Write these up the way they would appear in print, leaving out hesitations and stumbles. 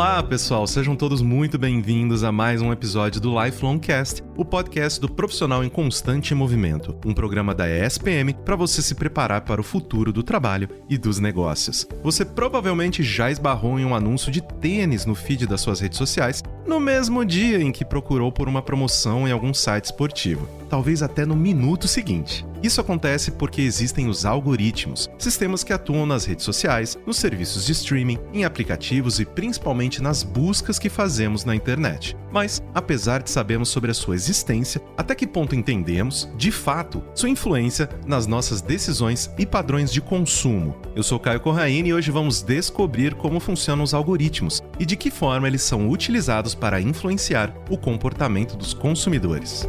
Olá, pessoal! Sejam todos muito bem-vindos a mais um episódio do Lifelong Cast, o podcast do profissional em constante movimento, um programa da ESPM para você se preparar para o futuro do trabalho e dos negócios. Você provavelmente já esbarrou em um anúncio de tênis no feed das suas redes sociais no mesmo dia em que procurou por uma promoção em algum site esportivo, talvez até no minuto seguinte. Isso acontece porque existem os algoritmos, sistemas que atuam nas redes sociais, nos serviços de streaming, em aplicativos e principalmente nas buscas que fazemos na internet. Mas, apesar de sabermos sobre a sua existência, até que ponto entendemos, de fato, sua influência nas nossas decisões e padrões de consumo? Eu sou Caio Corraine e hoje vamos descobrir como funcionam os algoritmos e de que forma eles são utilizados para influenciar o comportamento dos consumidores.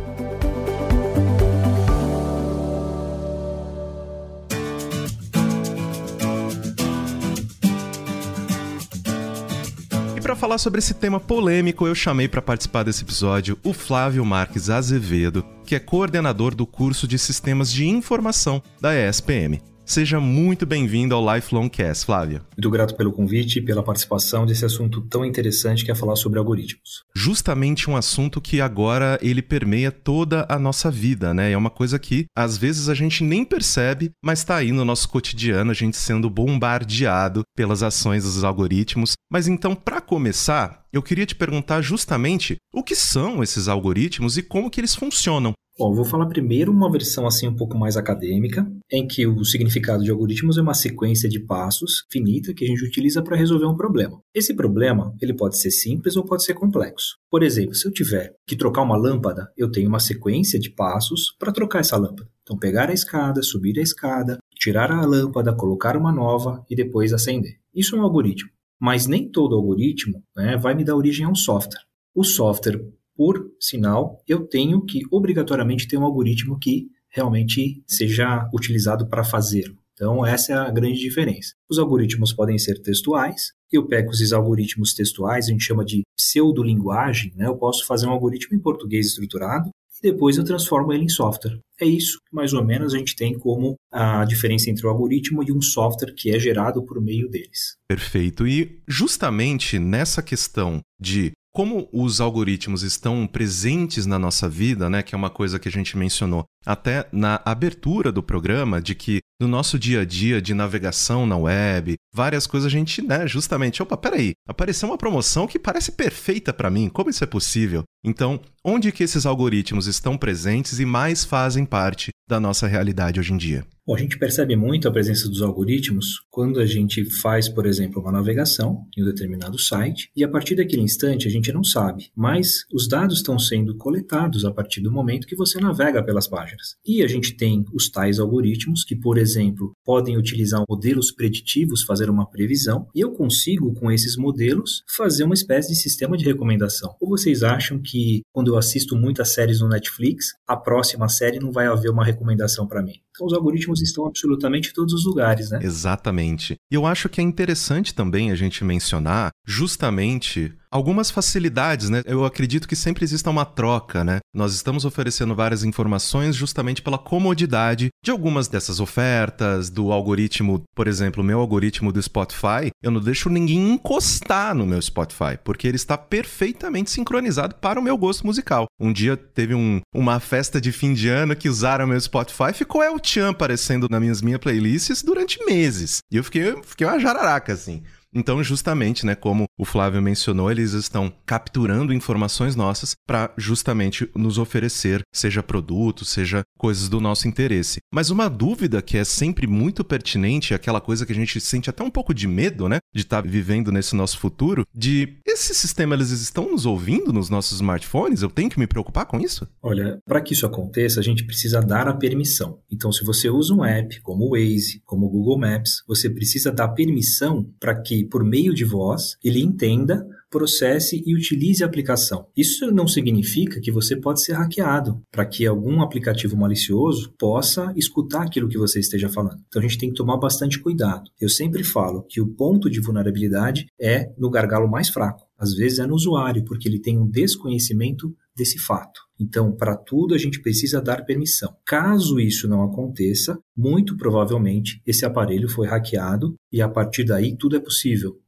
Para falar sobre esse tema polêmico, eu chamei para participar desse episódio o Flávio Marques Azevedo, que é coordenador do curso de Sistemas de Informação da ESPM. Seja muito bem-vindo ao Lifelong Cast, Flávio. Muito grato pelo convite e pela participação desse assunto tão interessante que é falar sobre algoritmos. Justamente um assunto que agora ele permeia toda a nossa vida, né? É uma coisa que às vezes a gente nem percebe, mas está aí no nosso cotidiano, a gente sendo bombardeado pelas ações dos algoritmos. Mas então, para começar, eu queria te perguntar justamente o que são esses algoritmos e como que eles funcionam. Bom, eu vou falar primeiro uma versão assim um pouco mais acadêmica, em que o significado de algoritmos é uma sequência de passos finita que a gente utiliza para resolver um problema. Esse problema, ele pode ser simples ou pode ser complexo. Por exemplo, se eu tiver que trocar uma lâmpada, eu tenho uma sequência de passos para trocar essa lâmpada. Então, pegar a escada, subir a escada, tirar a lâmpada, colocar uma nova e depois acender. Isso é um algoritmo. Mas nem todo algoritmo, vai me dar origem a um software. O software, por sinal, eu tenho que obrigatoriamente ter um algoritmo que realmente seja utilizado para fazê-lo. Então, essa é a grande diferença. Os algoritmos podem ser textuais. Eu pego esses algoritmos textuais, a gente chama de pseudolinguagem, Eu posso fazer um algoritmo em português estruturado e depois eu transformo ele em software. É isso que mais ou menos a gente tem como a diferença entre o algoritmo e um software que é gerado por meio deles. Perfeito. E justamente nessa questão de como os algoritmos estão presentes na nossa vida, que é uma coisa que a gente mencionou até na abertura do programa, de que no nosso dia a dia de navegação na web, várias coisas a gente, justamente, peraí, apareceu uma promoção que parece perfeita para mim, como isso é possível? Então, onde que esses algoritmos estão presentes e mais fazem parte da nossa realidade hoje em dia? Bom, a gente percebe muito a presença dos algoritmos quando a gente faz, por exemplo, uma navegação em um determinado site e a partir daquele instante a gente não sabe, mas os dados estão sendo coletados a partir do momento que você navega pelas páginas. E a gente tem os tais algoritmos que, por exemplo, podem utilizar modelos preditivos, fazer uma previsão, e eu consigo, com esses modelos, fazer uma espécie de sistema de recomendação. Ou vocês acham que, quando eu assisto muitas séries no Netflix, a próxima série não vai haver uma recomendação para mim? Então, os algoritmos estão absolutamente em todos os lugares, Exatamente. E eu acho que é interessante também a gente mencionar justamente algumas facilidades, Eu acredito que sempre exista uma troca, Nós estamos oferecendo várias informações justamente pela comodidade de algumas dessas ofertas, do algoritmo, por exemplo, o meu algoritmo do Spotify, eu não deixo ninguém encostar no meu Spotify, porque ele está perfeitamente sincronizado para o meu gosto musical. Um dia teve uma festa de fim de ano que usaram o meu Spotify, ficou El Chan aparecendo nas minhas playlists durante meses. E eu fiquei uma jararaca, assim. Então, justamente, como o Flávio mencionou, eles estão capturando informações nossas para justamente nos oferecer, seja produtos, seja coisas do nosso interesse. Mas uma dúvida que é sempre muito pertinente, aquela coisa que a gente sente até um pouco de medo, de estar vivendo nesse nosso futuro, de esse sistema, eles estão nos ouvindo nos nossos smartphones? Eu tenho que me preocupar com isso? Olha, para que isso aconteça, a gente precisa dar a permissão. Então, se você usa um app como o Waze, como o Google Maps, você precisa dar permissão para que, por meio de voz, ele entenda, processe e utilize a aplicação. Isso não significa que você pode ser hackeado, para que algum aplicativo malicioso possa escutar aquilo que você esteja falando. Então a gente tem que tomar bastante cuidado. Eu sempre falo que o ponto de vulnerabilidade é no gargalo mais fraco. Às vezes é no usuário, porque ele tem um desconhecimento desse fato. Então, para tudo a gente precisa dar permissão. Caso isso não aconteça, muito provavelmente esse aparelho foi hackeado e a partir daí tudo é possível.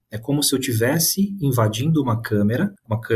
É como se eu estivesse invadindo uma câmera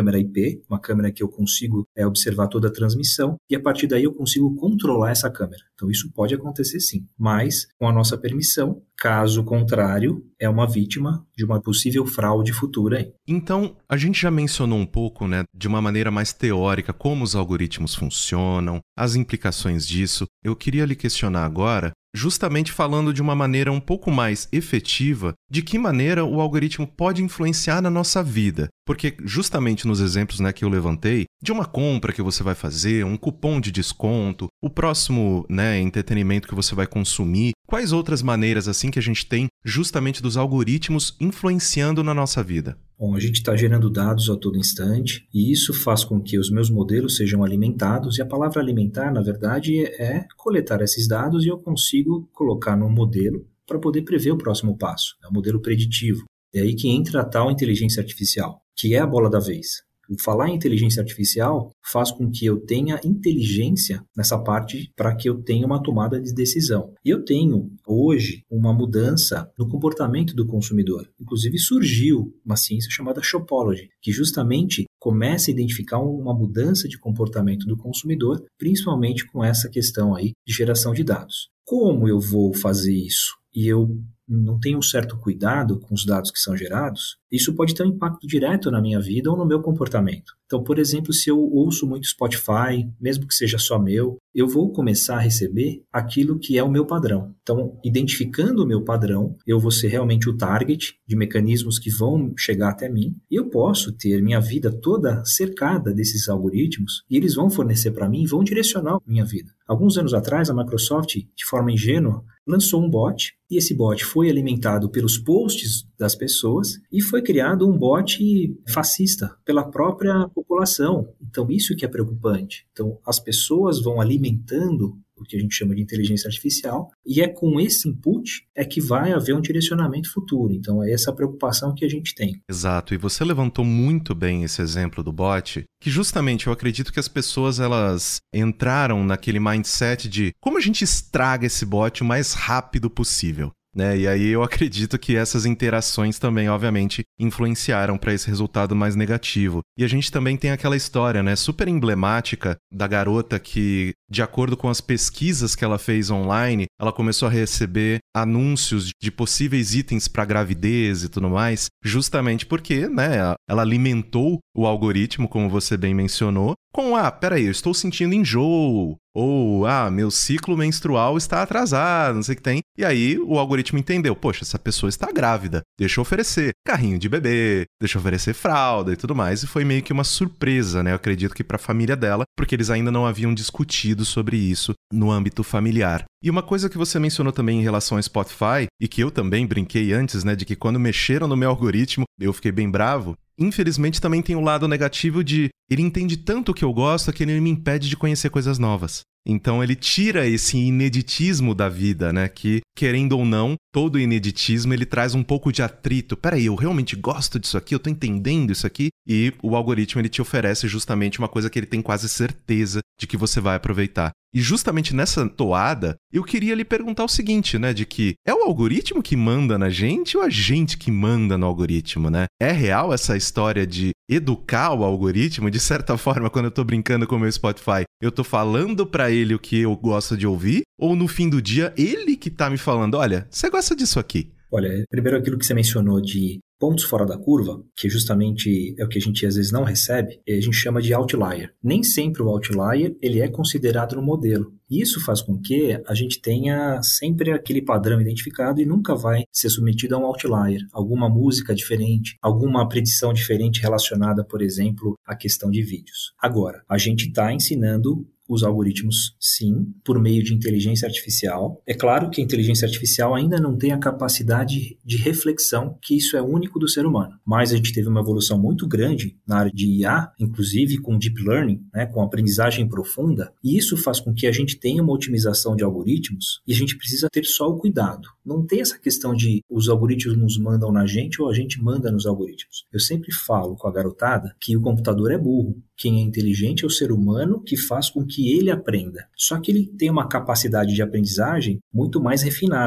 IP, uma câmera que eu consigo observar toda a transmissão, e a partir daí eu consigo controlar essa câmera. Então isso pode acontecer sim, mas com a nossa permissão. Caso contrário, é uma vítima de uma possível fraude futura. Então, a gente já mencionou um pouco, né, de uma maneira mais teórica, como os algoritmos funcionam, as implicações disso. Eu queria lhe questionar agora, justamente falando de uma maneira um pouco mais efetiva, de que maneira o algoritmo pode influenciar na nossa vida. Porque justamente nos exemplos, né, que eu levantei, de uma compra que você vai fazer, um cupom de desconto, o próximo, né, entretenimento que você vai consumir, quais outras maneiras assim que a gente tem justamente dos algoritmos influenciando na nossa vida? Bom, a gente está gerando dados a todo instante e isso faz com que os meus modelos sejam alimentados, e a palavra alimentar, na verdade, é coletar esses dados e eu consigo colocar num modelo para poder prever o próximo passo. É um modelo preditivo. É aí que entra a tal inteligência artificial, que é a bola da vez. O falar em inteligência artificial faz com que eu tenha inteligência nessa parte para que eu tenha uma tomada de decisão. E eu tenho, hoje, uma mudança no comportamento do consumidor. Inclusive, surgiu uma ciência chamada Shopology, que justamente começa a identificar uma mudança de comportamento do consumidor, principalmente com essa questão aí de geração de dados. Como eu vou fazer isso? E eu não tenho um certo cuidado com os dados que são gerados, isso pode ter um impacto direto na minha vida ou no meu comportamento. Então, por exemplo, se eu ouço muito Spotify, mesmo que seja só meu, eu vou começar a receber aquilo que é o meu padrão. Então, identificando o meu padrão, eu vou ser realmente o target de mecanismos que vão chegar até mim, e eu posso ter minha vida toda cercada desses algoritmos, e eles vão fornecer para mim, vão direcionar a minha vida. Alguns anos atrás, a Microsoft, de forma ingênua, lançou um bot, e esse bot foi alimentado pelos posts das pessoas e foi criado um bot fascista pela própria população. Então, isso que é preocupante. Então, as pessoas vão alimentando o que a gente chama de inteligência artificial, e é com esse input é que vai haver um direcionamento futuro. Então, é essa preocupação que a gente tem. Exato, e você levantou muito bem esse exemplo do bot, que justamente eu acredito que as pessoas elas entraram naquele mindset de como a gente estraga esse bot o mais rápido possível. Né? E aí eu acredito que essas interações também, obviamente, influenciaram para esse resultado mais negativo. E a gente também tem aquela história, né, super emblemática da garota que, de acordo com as pesquisas que ela fez online, ela começou a receber anúncios de possíveis itens para gravidez e tudo mais, justamente porque, né, ela alimentou o algoritmo, como você bem mencionou, com, peraí, eu estou sentindo enjoo, ou, meu ciclo menstrual está atrasado, não sei o que tem. E aí o algoritmo entendeu, poxa, essa pessoa está grávida, deixa eu oferecer carrinho de bebê, deixa eu oferecer fralda e tudo mais. E foi meio que uma surpresa, né? Eu acredito que para a família dela, porque eles ainda não haviam discutido sobre isso no âmbito familiar. E uma coisa que você mencionou também em relação ao Spotify, e que eu também brinquei antes, né, de que quando mexeram no meu algoritmo, eu fiquei bem bravo. Infelizmente também tem o lado negativo de ele entende tanto o que eu gosto que ele me impede de conhecer coisas novas. Então ele tira esse ineditismo da vida, né? Que, querendo ou não, todo ineditismo ele traz um pouco de atrito. Peraí, eu realmente gosto disso aqui? Eu tô entendendo isso aqui? E o algoritmo ele te oferece justamente uma coisa que ele tem quase certeza de que você vai aproveitar. E justamente nessa toada, eu queria lhe perguntar o seguinte, né? De que é o algoritmo que manda na gente ou a gente que manda no algoritmo, né? É real essa história de educar o algoritmo? De certa forma, quando eu tô brincando com o meu Spotify, eu tô falando pra ele o que eu gosto de ouvir? Ou no fim do dia, ele que tá me falando, olha, você gosta disso aqui? Olha, primeiro aquilo que você mencionou de pontos fora da curva, que justamente é o que a gente às vezes não recebe, a gente chama de outlier. Nem sempre o outlier ele é considerado no modelo. E isso faz com que a gente tenha sempre aquele padrão identificado e nunca vai ser submetido a um outlier. Alguma música diferente, alguma predição diferente relacionada, por exemplo, à questão de vídeos. Agora, a gente está ensinando os algoritmos, sim, por meio de inteligência artificial. É claro que a inteligência artificial ainda não tem a capacidade de reflexão, que isso é único do ser humano. Mas a gente teve uma evolução muito grande na área de IA, inclusive com Deep Learning, né, com aprendizagem profunda, e isso faz com que a gente tenha uma otimização de algoritmos, e a gente precisa ter só o cuidado. Não tem essa questão de os algoritmos mandam na gente ou a gente manda nos algoritmos. Eu sempre falo com a garotada que o computador é burro. Quem é inteligente é o ser humano que faz com que ele aprenda. Só que ele tem uma capacidade de aprendizagem muito mais refinada.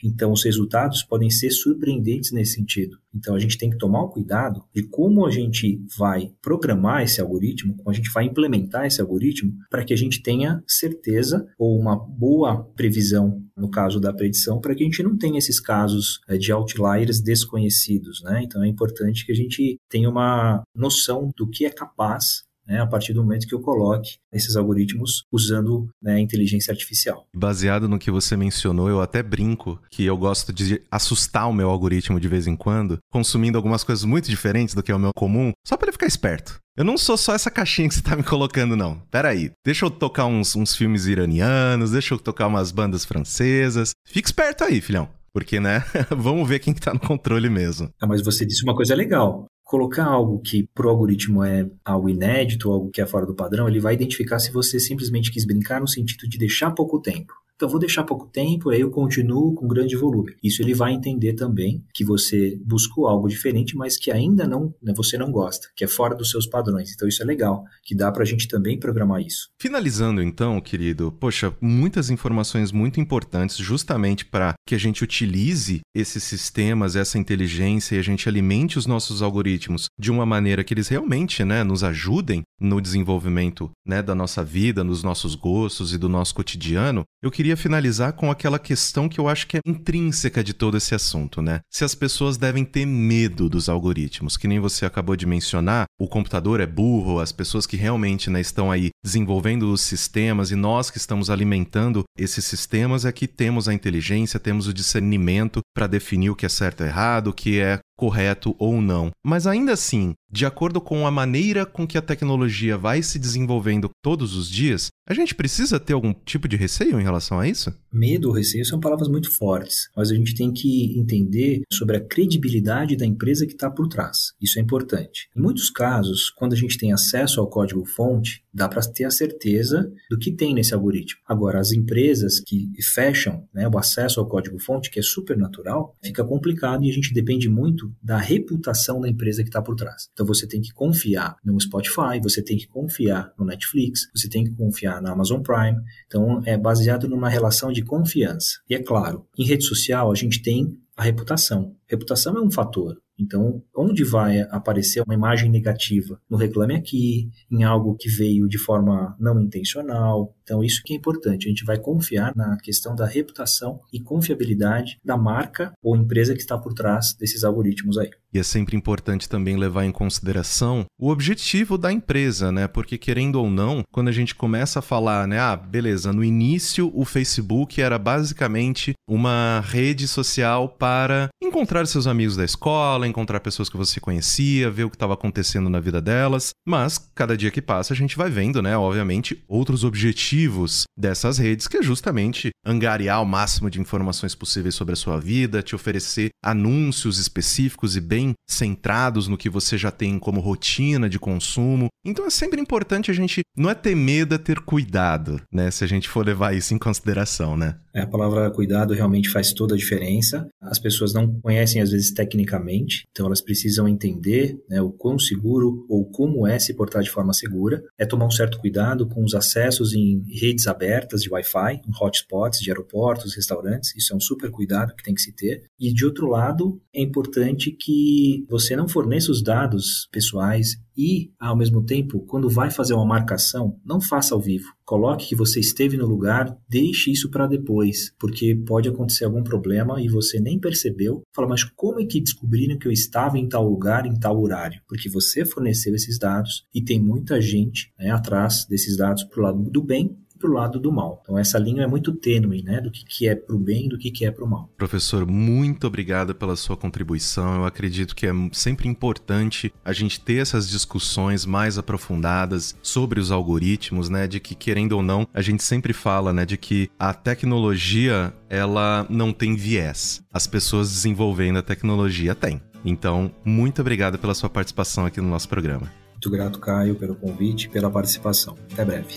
Então, os resultados podem ser surpreendentes nesse sentido. Então, a gente tem que tomar o cuidado de como a gente vai programar esse algoritmo, como a gente vai implementar esse algoritmo, para que a gente tenha certeza ou uma boa previsão, no caso da predição, para que a gente não tenha esses casos de outliers desconhecidos, né? Então, é importante que a gente tenha uma noção do que é capaz, né, a partir do momento que eu coloque esses algoritmos usando, né, a inteligência artificial. Baseado no que você mencionou, eu até brinco que eu gosto de assustar o meu algoritmo de vez em quando, consumindo algumas coisas muito diferentes do que é o meu comum, só para ele ficar esperto. Eu não sou só essa caixinha que você tá me colocando, não. Pera aí, deixa eu tocar uns filmes iranianos, deixa eu tocar umas bandas francesas. Fica esperto aí, filhão. Porque, né, vamos ver quem que tá no controle mesmo. Mas você disse uma coisa legal. Colocar algo que pro algoritmo é algo inédito, algo que é fora do padrão, ele vai identificar se você simplesmente quis brincar no sentido de deixar pouco tempo. Então, vou deixar pouco tempo, aí eu continuo com grande volume. Isso ele vai entender também que você buscou algo diferente, mas que ainda não, né, você não gosta, que é fora dos seus padrões. Então, isso é legal, que dá pra gente também programar isso. Finalizando então, querido, poxa, muitas informações muito importantes justamente para que a gente utilize esses sistemas, essa inteligência e a gente alimente os nossos algoritmos de uma maneira que eles realmente, né, nos ajudem no desenvolvimento, né, da nossa vida, nos nossos gostos e do nosso cotidiano. Eu queria finalizar com aquela questão que eu acho que é intrínseca de todo esse assunto, né? Se as pessoas devem ter medo dos algoritmos, que nem você acabou de mencionar, o computador é burro, as pessoas que realmente, né, estão aí desenvolvendo os sistemas e nós que estamos alimentando esses sistemas é que temos a inteligência, temos o discernimento para definir o que é certo ou errado, o que é correto ou não. Mas ainda assim, de acordo com a maneira com que a tecnologia vai se desenvolvendo todos os dias, a gente precisa ter algum tipo de receio em relação a isso? Medo ou receio são palavras muito fortes, mas a gente tem que entender sobre a credibilidade da empresa que está por trás. Isso é importante. Em muitos casos, quando a gente tem acesso ao código-fonte, dá para ter a certeza do que tem nesse algoritmo. Agora, as empresas que fecham, né, o acesso ao código-fonte, que é super natural, fica complicado e a gente depende muito da reputação da empresa que está por trás. Então, você tem que confiar no Spotify, você tem que confiar no Netflix, você tem que confiar na Amazon Prime. Então, é baseado numa relação de confiança. E é claro, em rede social, a gente tem a reputação. Reputação é um fator. Então, onde vai aparecer uma imagem negativa? No Reclame Aqui, em algo que veio de forma não intencional. Então, isso que é importante. A gente vai confiar na questão da reputação e confiabilidade da marca ou empresa que está por trás desses algoritmos aí. E é sempre importante também levar em consideração o objetivo da empresa, né? Porque, querendo ou não, quando a gente começa a falar, né? Ah, beleza, no início o Facebook era basicamente uma rede social para encontrar seus amigos da escola, encontrar pessoas que você conhecia, ver o que estava acontecendo na vida delas. Mas, cada dia que passa, a gente vai vendo, né? Obviamente, outros objetivos dessas redes, que é justamente angariar o máximo de informações possíveis sobre a sua vida, te oferecer anúncios específicos e bem centrados no que você já tem como rotina de consumo. Então é sempre importante a gente, não é ter medo, é ter cuidado, né? Se a gente for levar isso em consideração, né? A palavra cuidado realmente faz toda a diferença. As pessoas não conhecem, às vezes, tecnicamente, então elas precisam entender, né, o quão seguro ou como é se portar de forma segura. É tomar um certo cuidado com os acessos em redes abertas de Wi-Fi, em hotspots de aeroportos, restaurantes. Isso é um super cuidado que tem que se ter. E, de outro lado, é importante que você não forneça os dados pessoais e, ao mesmo tempo, quando vai fazer uma marcação, não faça ao vivo. Coloque que você esteve no lugar, deixe isso para depois, porque pode acontecer algum problema e você nem percebeu. Fala, mas como é que descobriram que eu estava em tal lugar, em tal horário? Porque você forneceu esses dados e tem muita gente, né, atrás desses dados para o lado do bem e para o lado do mal. Então essa linha é muito tênue, né, do que é para o bem e do que é para o mal. Professor, muito obrigado pela sua contribuição. Eu acredito que é sempre importante a gente ter essas discussões mais aprofundadas sobre os algoritmos, né, de que, querendo ou não, a gente sempre fala, né, de que a tecnologia, ela não tem viés. As pessoas desenvolvendo a tecnologia têm. Então, muito obrigado pela sua participação aqui no nosso programa. Muito grato, Caio, pelo convite e pela participação. Até breve.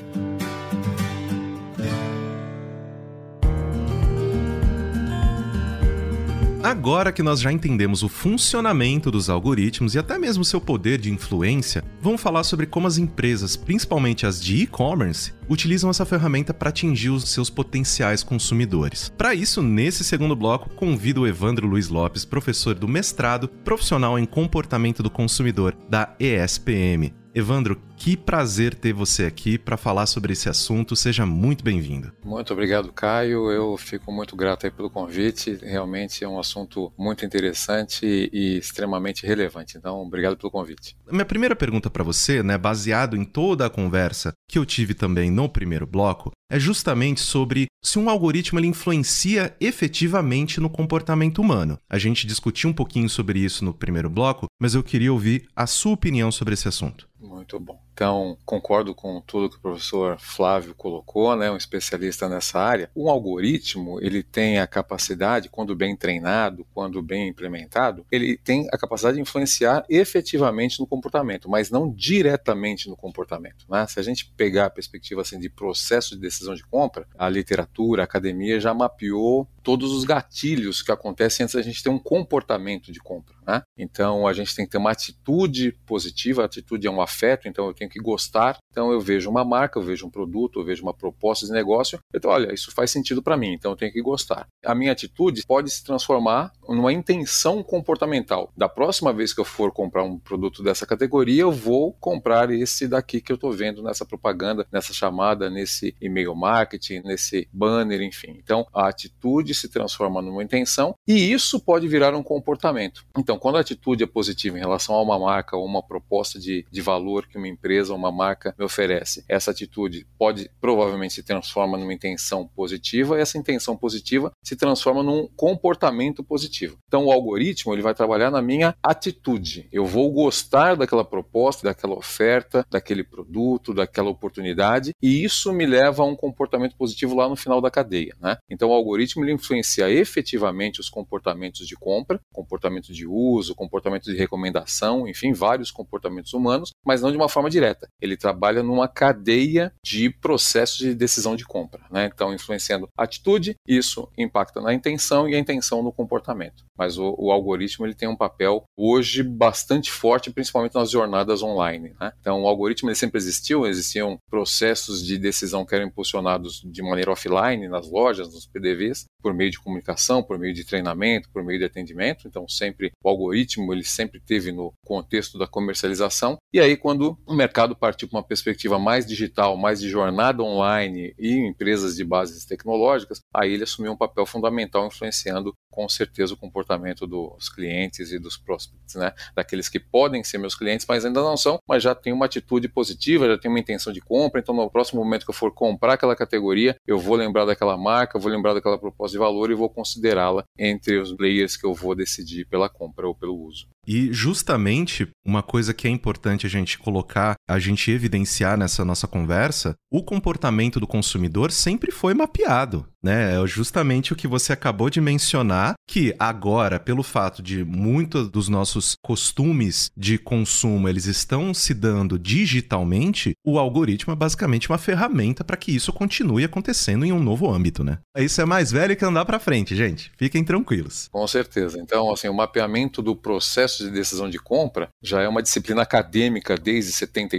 Agora que nós já entendemos o funcionamento dos algoritmos e até mesmo seu poder de influência, vamos falar sobre como as empresas, principalmente as de e-commerce, utilizam essa ferramenta para atingir os seus potenciais consumidores. Para isso, nesse segundo bloco, convido o Evandro Luiz Lopes, professor do mestrado, profissional em comportamento do consumidor da ESPM. Evandro, que prazer ter você aqui para falar sobre esse assunto. Seja muito bem-vindo. Muito obrigado, Caio. Eu fico muito grato aí pelo convite. Realmente é um assunto muito interessante e extremamente relevante. Então, obrigado pelo convite. Minha primeira pergunta para você, baseado em toda a conversa que eu tive também no primeiro bloco, é justamente sobre se um algoritmo ele influencia efetivamente no comportamento humano. A gente discutiu um pouquinho sobre isso no primeiro bloco, mas eu queria ouvir a sua opinião sobre esse assunto. Muito bom. Então, concordo com tudo que o professor Flávio colocou, um especialista nessa área. Um algoritmo, ele tem a capacidade, quando bem treinado, quando bem implementado, ele tem a capacidade de influenciar efetivamente no comportamento, mas não diretamente no comportamento. Se a gente pegar a perspectiva de processo de decisão de compra, a literatura, a academia já mapeou todos os gatilhos que acontecem antes da gente ter um comportamento de compra. Então, a gente tem que ter uma atitude positiva, a atitude é um afeto, então eu tenho que gostar. Então, eu vejo uma marca, eu vejo um produto, eu vejo uma proposta de negócio, então, olha, isso faz sentido para mim, então eu tenho que gostar. A minha atitude pode se transformar numa intenção comportamental. Da próxima vez que eu for comprar um produto dessa categoria, eu vou comprar esse daqui que eu estou vendo nessa propaganda, nessa chamada, nesse e-mail marketing, nesse banner, enfim. Então, a atitude se transforma numa intenção e isso pode virar um comportamento. Então, quando a atitude é positiva em relação a uma marca ou uma proposta de valor que uma empresa ou uma marca me oferece, essa atitude provavelmente se transforma numa intenção positiva e essa intenção positiva se transforma num comportamento positivo. Então, o algoritmo ele vai trabalhar na minha atitude. Eu vou gostar daquela proposta, daquela oferta, daquele produto, daquela oportunidade e isso me leva a um comportamento positivo lá no final da cadeia. Então, o algoritmo ele influencia efetivamente os comportamentos de compra, comportamento de uso, comportamento de recomendação, enfim, vários comportamentos humanos, mas não de uma forma direta. Ele trabalha numa cadeia de processos de decisão de compra. Então, influenciando a atitude, isso impacta na intenção e a intenção no comportamento. Mas o algoritmo ele tem um papel hoje bastante forte, principalmente nas jornadas online. Então, o algoritmo ele sempre existiam processos de decisão que eram impulsionados de maneira offline, nas lojas, nos PDVs, por meio de comunicação, por meio de treinamento, por meio de atendimento. Então, o algoritmo ele sempre teve no contexto da comercialização. E aí, quando o mercado partiu para uma perspectiva mais digital, mais de jornada online e empresas de bases tecnológicas, aí ele assumiu um papel fundamental influenciando com certeza o comportamento dos clientes e dos prospects, daqueles que podem ser meus clientes, mas ainda não são, mas já tem uma atitude positiva, já tem uma intenção de compra, então no próximo momento que eu for comprar aquela categoria, eu vou lembrar daquela marca, vou lembrar daquela proposta de valor e vou considerá-la entre os players que eu vou decidir pela compra ou pelo uso. E justamente uma coisa que é importante a gente colocar, a gente evidenciar nessa nossa conversa, o comportamento do consumidor sempre foi mapeado, É justamente o que você acabou de mencionar, que agora, pelo fato de muitos dos nossos costumes de consumo, eles estão se dando digitalmente, o algoritmo é basicamente uma ferramenta para que isso continue acontecendo em um novo âmbito, Isso é mais velho que andar para frente, gente. Fiquem tranquilos. Com certeza. Então, o mapeamento do processo de decisão de compra já é uma disciplina acadêmica desde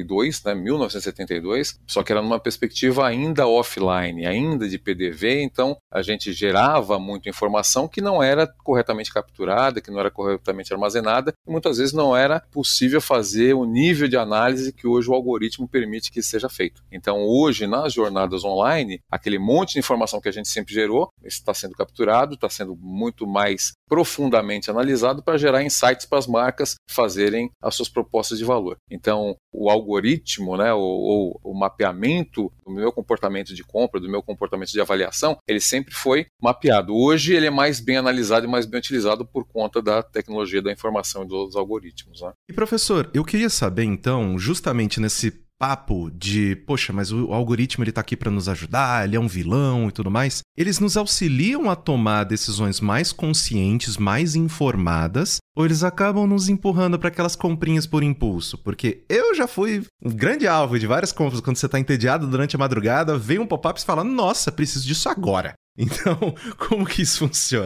1972, só que era numa perspectiva ainda offline, ainda de PDV, então a gente gerava muita informação que não era corretamente capturada, que não era corretamente armazenada, e muitas vezes não era possível fazer o nível de análise que hoje o algoritmo permite que seja feito. Então hoje, nas jornadas online, aquele monte de informação que a gente sempre gerou, está sendo capturado, está sendo muito mais profundamente analisado para gerar insights para as marcas fazerem as suas propostas de valor. Então, o algoritmo, ou o mapeamento do meu comportamento de compra, do meu comportamento de avaliação, ele sempre foi mapeado. Hoje, ele é mais bem analisado e mais bem utilizado por conta da tecnologia da informação e dos algoritmos. E, professor, eu queria saber, então, justamente nesse papo de, poxa, mas o algoritmo ele tá aqui para nos ajudar, ele é um vilão e tudo mais, eles nos auxiliam a tomar decisões mais conscientes, mais informadas, ou eles acabam nos empurrando para aquelas comprinhas por impulso? Porque eu já fui um grande alvo de várias compras, quando você tá entediado durante a madrugada, vem um pop-up e fala, nossa, preciso disso agora. Então, como que isso funciona?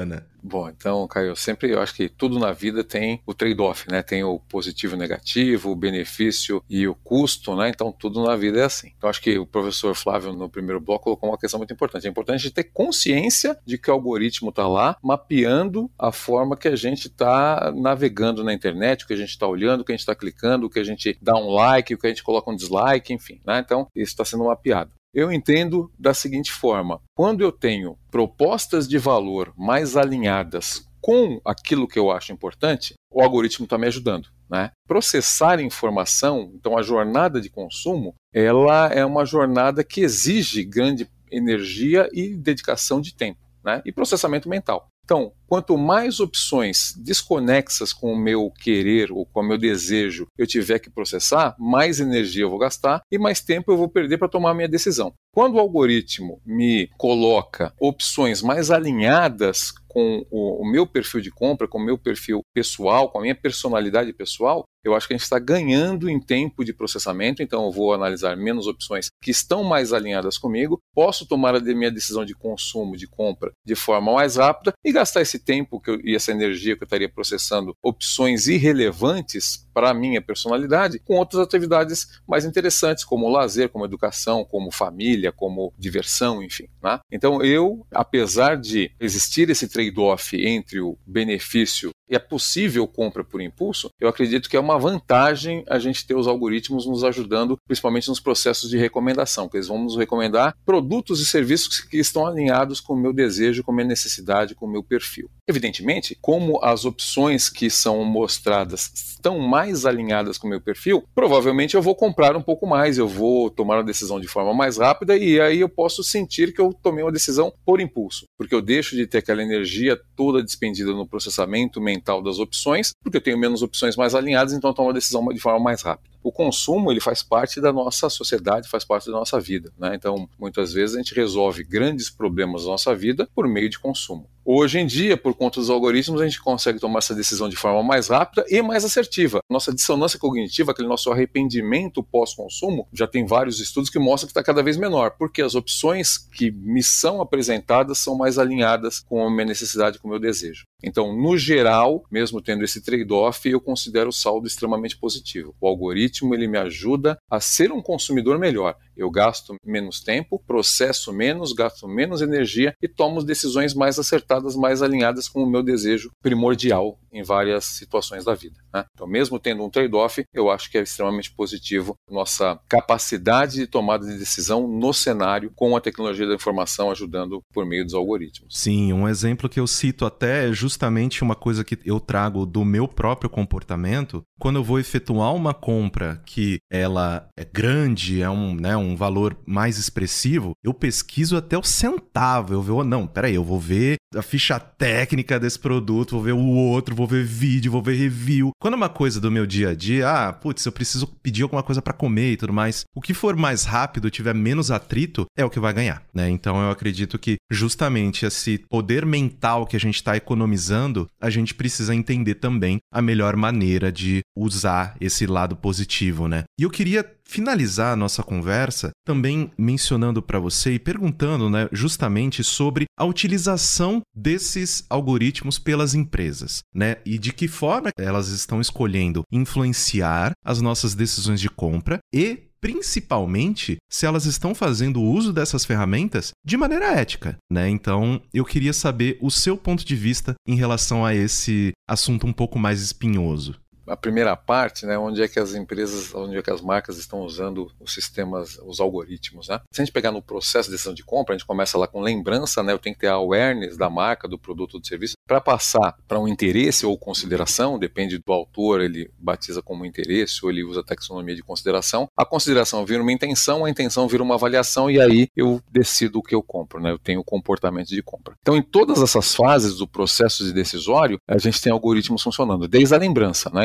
Bom, então, Caio, eu acho que tudo na vida tem o trade-off, né? Tem o positivo e o negativo, o benefício e o custo, né? Então, tudo na vida é assim. Então, acho que o professor Flávio, no primeiro bloco, colocou uma questão muito importante. É importante a gente ter consciência de que o algoritmo está lá, mapeando a forma que a gente está navegando na internet, o que a gente está olhando, o que a gente está clicando, o que a gente dá um like, o que a gente coloca um dislike, enfim, né? Então, isso está sendo mapeado. Eu entendo da seguinte forma: quando eu tenho propostas de valor mais alinhadas com aquilo que eu acho importante, o algoritmo está me ajudando, né? Processar informação, então a jornada de consumo, ela é uma jornada que exige grande energia e dedicação de tempo, né? E processamento mental. Então, quanto mais opções desconexas com o meu querer ou com o meu desejo eu tiver que processar, mais energia eu vou gastar e mais tempo eu vou perder para tomar a minha decisão. Quando o algoritmo me coloca opções mais alinhadas com o meu perfil de compra, com o meu perfil pessoal, com a minha personalidade pessoal, eu acho que a gente está ganhando em tempo de processamento, então eu vou analisar menos opções que estão mais alinhadas comigo, posso tomar a minha decisão de consumo, de compra, de forma mais rápida e gastar esse tempo e essa energia que eu estaria processando opções irrelevantes para a minha personalidade com outras atividades mais interessantes, como lazer, como educação, como família, como diversão, enfim, né? Então eu, apesar de existir esse trade-off entre o benefício e a possível compra por impulso, eu acredito que é uma vantagem a gente ter os algoritmos nos ajudando, principalmente nos processos de recomendação, que eles vão nos recomendar produtos e serviços que estão alinhados com o meu desejo, com a minha necessidade, com o meu perfil. Evidentemente, como as opções que são mostradas estão mais alinhadas com o meu perfil, provavelmente eu vou comprar um pouco mais, eu vou tomar uma decisão de forma mais rápida e aí eu posso sentir que eu tomei uma decisão por impulso, porque eu deixo de ter aquela energia toda despendida no processamento mental das opções, porque eu tenho menos opções mais alinhadas, então eu tomo uma decisão de forma mais rápida. O consumo, ele faz parte da nossa sociedade, faz parte da nossa vida, né? Então, muitas vezes a gente resolve grandes problemas da nossa vida por meio de consumo. Hoje em dia, por conta dos algoritmos, a gente consegue tomar essa decisão de forma mais rápida e mais assertiva. Nossa dissonância cognitiva, aquele nosso arrependimento pós-consumo, já tem vários estudos que mostram que está cada vez menor, porque as opções que me são apresentadas são mais alinhadas com a minha necessidade, com o meu desejo. Então, no geral, mesmo tendo esse trade-off, eu considero o saldo extremamente positivo. O algoritmo, ele me ajuda a ser um consumidor melhor. Eu gasto menos tempo, processo menos, gasto menos energia e tomo decisões mais acertadas, mais alinhadas com o meu desejo primordial em várias situações da vida, né? Então, mesmo tendo um trade-off, eu acho que é extremamente positivo nossa capacidade de tomada de decisão no cenário com a tecnologia da informação ajudando por meio dos algoritmos. Sim, um exemplo que eu cito até é justamente uma coisa que eu trago do meu próprio comportamento. Quando eu vou efetuar uma compra que ela é grande, é um valor mais expressivo, eu pesquiso até o centavo. Eu vou, eu vou ver a ficha técnica desse produto, vou ver o outro, vou ver vídeo, vou ver review. Quando é uma coisa do meu dia a dia, eu preciso pedir alguma coisa para comer e tudo mais, o que for mais rápido, tiver menos atrito, é o que vai ganhar, né? Então eu acredito que justamente esse poder mental que a gente está economizando, a gente precisa entender também a melhor maneira de usar esse lado positivo, né? E eu queria finalizar a nossa conversa também mencionando para você e perguntando, né, justamente sobre a utilização desses algoritmos pelas empresas, né? E de que forma elas estão escolhendo influenciar as nossas decisões de compra e principalmente se elas estão fazendo uso dessas ferramentas de maneira ética, né? Então, eu queria saber o seu ponto de vista em relação a esse assunto um pouco mais espinhoso. A primeira parte, né, onde é que as empresas, onde é que as marcas estão usando os sistemas, os algoritmos, né? Se a gente pegar no processo de decisão de compra, a gente começa lá com lembrança, né? Eu tenho que ter a awareness da marca, do produto ou do serviço, para passar para um interesse ou consideração, depende do autor, ele batiza como interesse ou ele usa a taxonomia de consideração. A consideração vira uma intenção, a intenção vira uma avaliação e aí eu decido o que eu compro, né? Eu tenho o comportamento de compra. Então, em todas essas fases do processo de decisório, a gente tem algoritmos funcionando, desde a lembrança, né?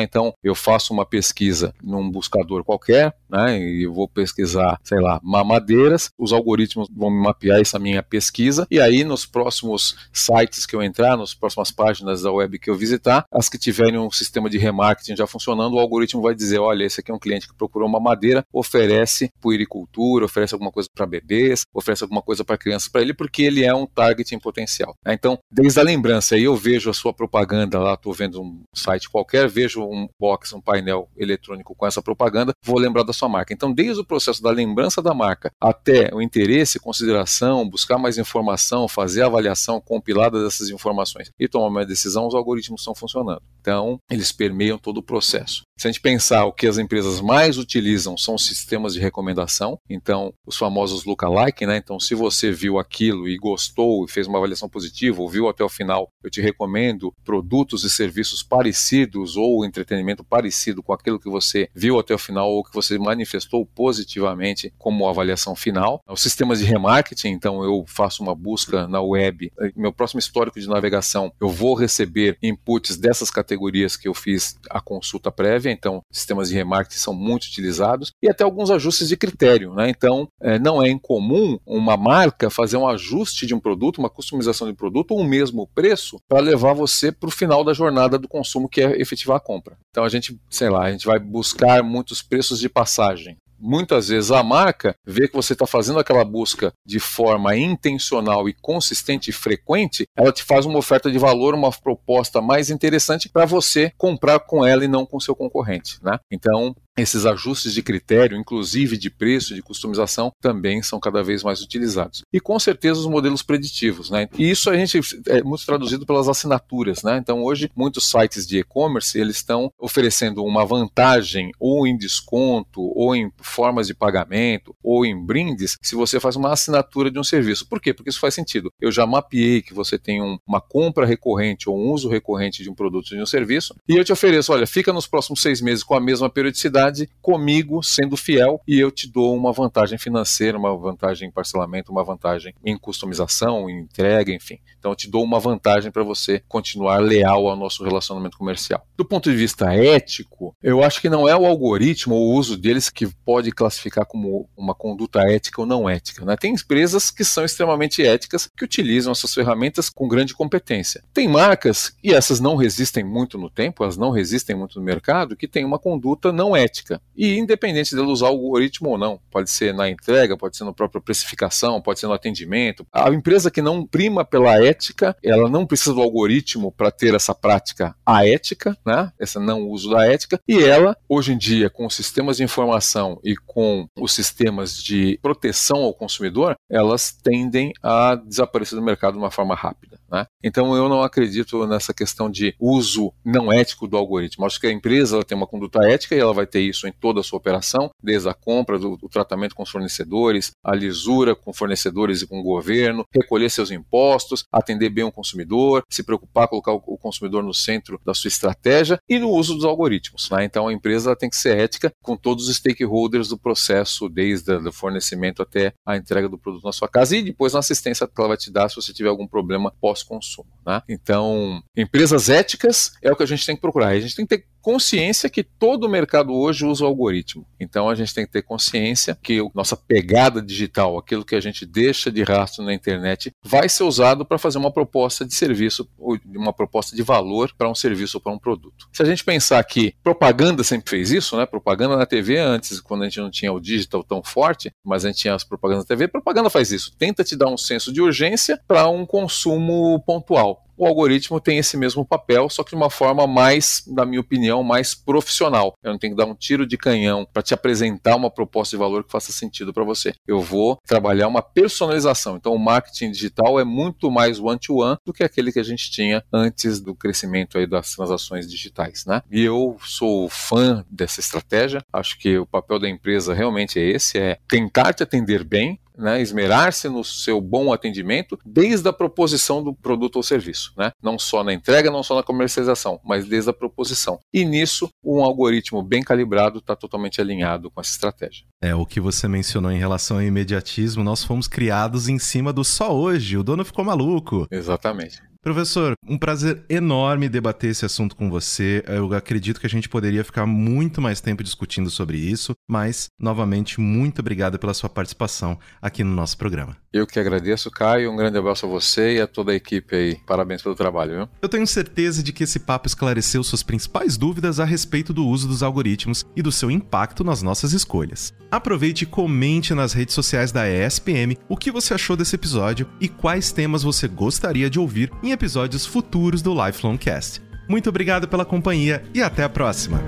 Então, eu faço uma pesquisa num buscador qualquer, né? E eu vou pesquisar, sei lá, mamadeiras, os algoritmos vão me mapear essa minha pesquisa, e aí nos próximos sites que eu entrar, nas próximas páginas da web que eu visitar, as que tiverem um sistema de remarketing já funcionando, o algoritmo vai dizer, olha, esse aqui é um cliente que procurou uma madeira, oferece puericultura, oferece alguma coisa para bebês, oferece alguma coisa para crianças para ele, porque ele é um target em potencial. Então, desde a lembrança, aí eu vejo a sua propaganda lá, estou vendo um site qualquer, vejo um box, um painel eletrônico com essa propaganda, vou lembrar da sua marca. Então, desde o processo da lembrança da marca até o interesse, consideração, buscar mais informação, fazer a avaliação compilada dessas informações e tomar uma decisão, os algoritmos estão funcionando. Então, eles permeiam todo o processo. Se a gente pensar o que as empresas mais utilizam são os sistemas de recomendação, então os famosos lookalike, né? Então, se você viu aquilo e gostou e fez uma avaliação positiva, ou viu até o final, eu te recomendo produtos e serviços parecidos ou entretenimento parecido com aquilo que você viu até o final ou que você manifestou positivamente como avaliação final. Os sistemas de remarketing, então eu faço uma busca na web, meu próximo histórico de navegação, eu vou receber inputs dessas categorias que eu fiz a consulta prévia, então sistemas de remarketing são muito utilizados, e até alguns ajustes de critério, né? Então, não é incomum uma marca fazer um ajuste de um produto, uma customização de produto ou o mesmo preço para levar você para o final da jornada do consumo, que é efetivar a compra. Então a gente vai buscar muitos preços de passagem. Muitas vezes a marca vê que você está fazendo aquela busca de forma intencional e consistente e frequente, ela te faz uma oferta de valor, uma proposta mais interessante para você comprar com ela e não com seu concorrente, né? Então, esses ajustes de critério, inclusive de preço, de customização, também são cada vez mais utilizados. E com certeza os modelos preditivos, né? E isso a gente é muito traduzido pelas assinaturas, né? Então hoje muitos sites de e-commerce, eles estão oferecendo uma vantagem ou em desconto, ou em formas de pagamento, ou em brindes, se você faz uma assinatura de um serviço. Por quê? Porque isso faz sentido. Eu já mapeei que você tem uma compra recorrente ou um uso recorrente de um produto ou de um serviço, e eu te ofereço, olha, fica nos próximos 6 meses com a mesma periodicidade, comigo, sendo fiel, e eu te dou uma vantagem financeira, uma vantagem em parcelamento, uma vantagem em customização, em entrega, enfim. Então eu te dou uma vantagem para você continuar leal ao nosso relacionamento comercial. Do ponto de vista ético, eu acho que não é o algoritmo ou o uso deles que pode classificar como uma conduta ética ou não ética, né? Tem empresas que são extremamente éticas, que utilizam essas ferramentas com grande competência. Tem marcas, e essas não resistem muito no tempo, elas não resistem muito no mercado, que têm uma conduta não ética. E independente dela usar o algoritmo ou não, pode ser na entrega, pode ser na própria precificação, pode ser no atendimento. A empresa que não prima pela ética, ela não precisa do algoritmo para ter essa prática aética, né? Esse não uso da ética, e ela, hoje em dia, com os sistemas de informação e com os sistemas de proteção ao consumidor, elas tendem a desaparecer do mercado de uma forma rápida, né? Então eu não acredito nessa questão de uso não ético do algoritmo. Acho que a empresa ela tem uma conduta ética e ela vai ter isso em toda a sua operação, desde a compra, do tratamento com os fornecedores, a lisura com fornecedores e com o governo, recolher seus impostos, atender bem o consumidor, se preocupar, colocar o consumidor no centro da sua estratégia e no uso dos algoritmos, né? Então a empresa tem que ser ética com todos os stakeholders do processo, desde o fornecimento até a entrega do produto na sua casa e depois na assistência que ela vai te dar se você tiver algum problema pós-consumo, né? Então, empresas éticas é o que a gente tem que procurar. A gente tem que ter consciência que todo o mercado hoje usa o algoritmo. Então a gente tem que ter consciência que a nossa pegada digital, aquilo que a gente deixa de rastro na internet, vai ser usado para fazer uma proposta de serviço, ou uma proposta de valor para um serviço ou para um produto. Se a gente pensar que propaganda sempre fez isso, né? Propaganda na TV antes, quando a gente não tinha o digital tão forte, mas a gente tinha as propagandas na TV, propaganda faz isso. Tenta te dar um senso de urgência para um consumo pontual. O algoritmo tem esse mesmo papel, só que de uma forma mais, na minha opinião, mais profissional. Eu não tenho que dar um tiro de canhão para te apresentar uma proposta de valor que faça sentido para você. Eu vou trabalhar uma personalização. Então o marketing digital é muito mais one-to-one do que aquele que a gente tinha antes do crescimento aí das transações digitais, né? E eu sou fã dessa estratégia. Acho que o papel da empresa realmente é esse, é tentar te atender bem, né, esmerar-se no seu bom atendimento desde a proposição do produto ou serviço, né? Não só na entrega, não só na comercialização, mas desde a proposição. E nisso, um algoritmo bem calibrado está totalmente alinhado com essa estratégia. O que você mencionou em relação ao imediatismo, nós fomos criados em cima do só hoje, o dono ficou maluco. Exatamente. Professor, um prazer enorme debater esse assunto com você. Eu acredito que a gente poderia ficar muito mais tempo discutindo sobre isso, mas, novamente, muito obrigado pela sua participação aqui no nosso programa. Eu que agradeço, Caio. Um grande abraço a você e a toda a equipe aí. Parabéns pelo trabalho, viu? Eu tenho certeza de que esse papo esclareceu suas principais dúvidas a respeito do uso dos algoritmos e do seu impacto nas nossas escolhas. Aproveite e comente nas redes sociais da ESPM o que você achou desse episódio e quais temas você gostaria de ouvir em episódios futuros do Lifelong Cast. Muito obrigado pela companhia e até a próxima!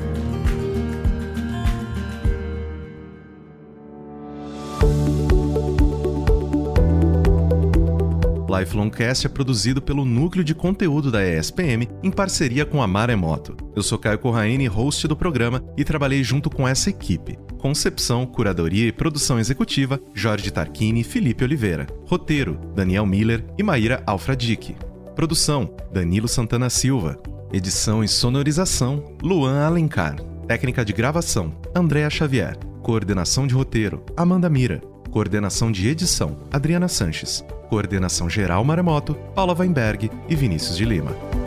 Lifelong Cast é produzido pelo Núcleo de Conteúdo da ESPM em parceria com a Maremoto. Eu sou Caio Corraine, host do programa, e trabalhei junto com essa equipe. Concepção, curadoria e produção executiva, Jorge Tarquini e Felipe Oliveira. Roteiro, Daniel Miller e Maíra Alfradique. Produção, Danilo Santana Silva. Edição e sonorização, Luan Alencar. Técnica de gravação, Andréa Xavier. Coordenação de roteiro, Amanda Mira. Coordenação de edição, Adriana Sanches. Coordenação geral Maremoto, Paula Weinberg e Vinícius de Lima.